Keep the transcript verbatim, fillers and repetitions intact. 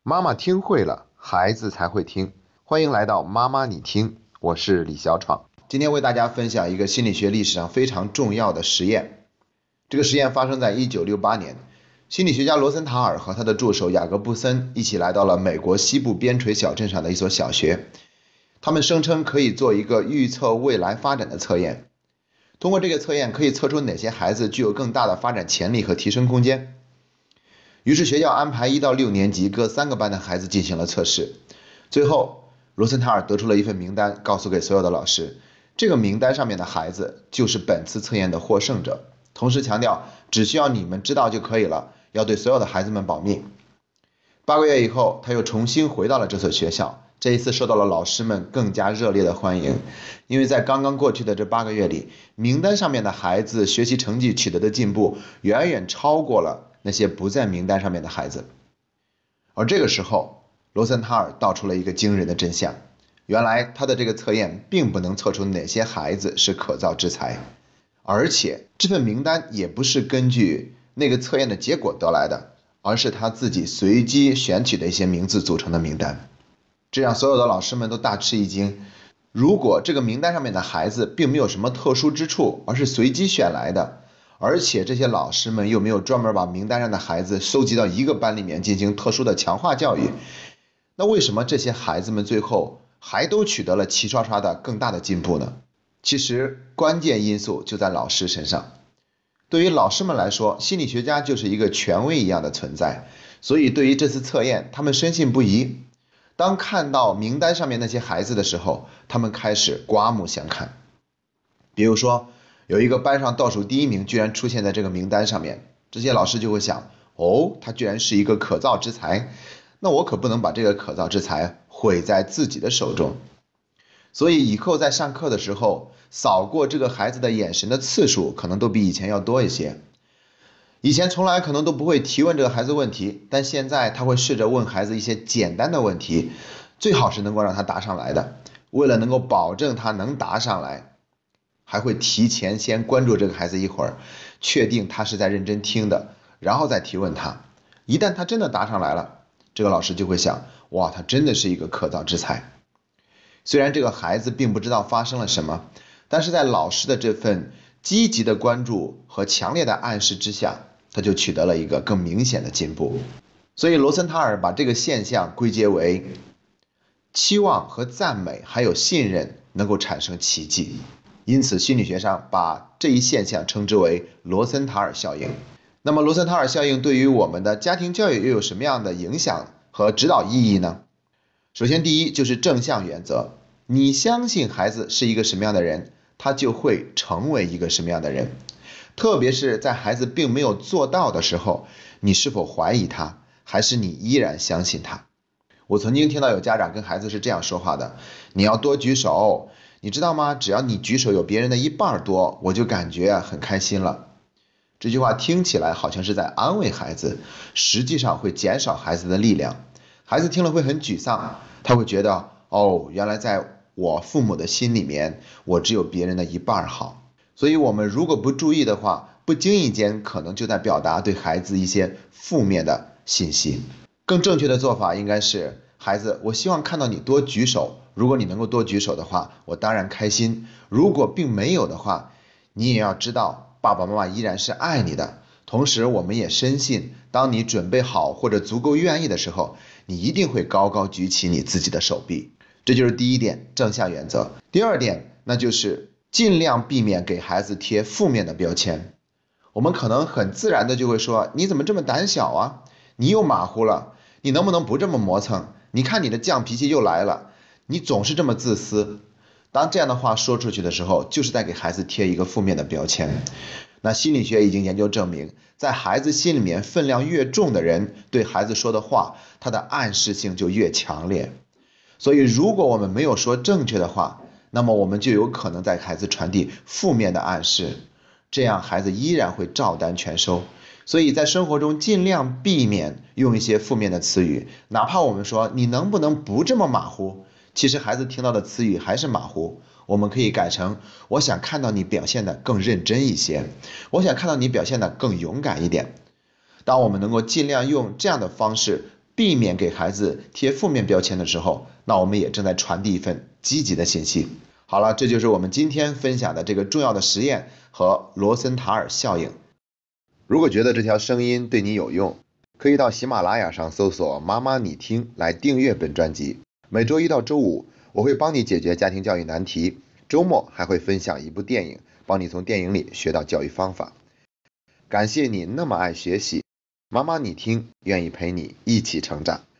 妈妈听会了，孩子才会听。欢迎来到妈妈你听，我是李小闯。今天为大家分享一个心理学历史上非常重要的实验。这个实验发生在一九六八年，心理学家罗森塔尔和他的助手雅各布森一起来到了美国西部边陲小镇上的一所小学。他们声称可以做一个预测未来发展的测验。通过这个测验可以测出哪些孩子具有更大的发展潜力和提升空间。于是学校安排一到六年级各三个班的孩子进行了测试。最后罗森塔尔得出了一份名单，告诉给所有的老师，这个名单上面的孩子就是本次测验的获胜者，同时强调只需要你们知道就可以了，要对所有的孩子们保密。八个月以后他又重新回到了这所学校，这一次受到了老师们更加热烈的欢迎，因为在刚刚过去的这八个月里，名单上面的孩子学习成绩取得的进步远远超过了那些不在名单上面的孩子。而这个时候罗森塔尔道出了一个惊人的真相，原来他的这个测验并不能测出哪些孩子是可造之材，而且这份名单也不是根据那个测验的结果得来的，而是他自己随机选取的一些名字组成的名单。这让所有的老师们都大吃一惊，如果这个名单上面的孩子并没有什么特殊之处，而是随机选来的，而且这些老师们又没有专门把名单上的孩子收集到一个班里面进行特殊的强化教育，那为什么这些孩子们最后还都取得了齐刷刷的更大的进步呢？其实关键因素就在老师身上。对于老师们来说，心理学家就是一个权威一样的存在，所以对于这次测验他们深信不疑。当看到名单上面那些孩子的时候，他们开始刮目相看。比如说有一个班上倒数第一名居然出现在这个名单上面，这些老师就会想，哦，他居然是一个可造之才，那我可不能把这个可造之才毁在自己的手中。所以以后在上课的时候，扫过这个孩子的眼神的次数可能都比以前要多一些。以前从来可能都不会提问这个孩子问题，但现在他会试着问孩子一些简单的问题，最好是能够让他答上来的。为了能够保证他能答上来，还会提前先关注这个孩子一会儿，确定他是在认真听的，然后再提问他。一旦他真的答上来了，这个老师就会想，哇，他真的是一个可造之才。虽然这个孩子并不知道发生了什么，但是在老师的这份积极的关注和强烈的暗示之下，他就取得了一个更明显的进步。所以罗森塔尔把这个现象归结为期望和赞美还有信任能够产生奇迹，因此心理学上把这一现象称之为罗森塔尔效应。那么罗森塔尔效应对于我们的家庭教育又有什么样的影响和指导意义呢？首先第一就是正向原则，你相信孩子是一个什么样的人，他就会成为一个什么样的人。特别是在孩子并没有做到的时候，你是否怀疑他，还是你依然相信他？我曾经听到有家长跟孩子是这样说话的，你要多举手，你知道吗？只要你举手有别人的一半多，我就感觉很开心了。这句话听起来好像是在安慰孩子，实际上会减少孩子的力量。孩子听了会很沮丧，他会觉得，哦，原来在我父母的心里面，我只有别人的一半好。所以我们如果不注意的话，不经意间可能就在表达对孩子一些负面的信息。更正确的做法应该是，孩子，我希望看到你多举手，如果你能够多举手的话，我当然开心。如果并没有的话，你也要知道爸爸妈妈依然是爱你的，同时我们也深信，当你准备好或者足够愿意的时候，你一定会高高举起你自己的手臂。这就是第一点，正向原则。第二点，那就是尽量避免给孩子贴负面的标签。我们可能很自然的就会说，你怎么这么胆小啊？你又马虎了，你能不能不这么磨蹭？你看你的犟脾气又来了，你总是这么自私。当这样的话说出去的时候，就是在给孩子贴一个负面的标签。那心理学已经研究证明，在孩子心里面分量越重的人，对孩子说的话，他的暗示性就越强烈。所以如果我们没有说正确的话，那么我们就有可能在孩子传递负面的暗示，这样孩子依然会照单全收。所以在生活中尽量避免用一些负面的词语，哪怕我们说你能不能不这么马虎，其实孩子听到的词语还是马虎。我们可以改成，我想看到你表现得更认真一些，我想看到你表现得更勇敢一点。当我们能够尽量用这样的方式避免给孩子贴负面标签的时候，那我们也正在传递一份积极的信息。好了，这就是我们今天分享的这个重要的实验和罗森塔尔效应。如果觉得这条声音对你有用，可以到喜马拉雅上搜索妈妈你听来订阅本专辑。每周一到周五，我会帮你解决家庭教育难题，周末还会分享一部电影，帮你从电影里学到教育方法。感谢你那么爱学习，妈妈你听，愿意陪你一起成长。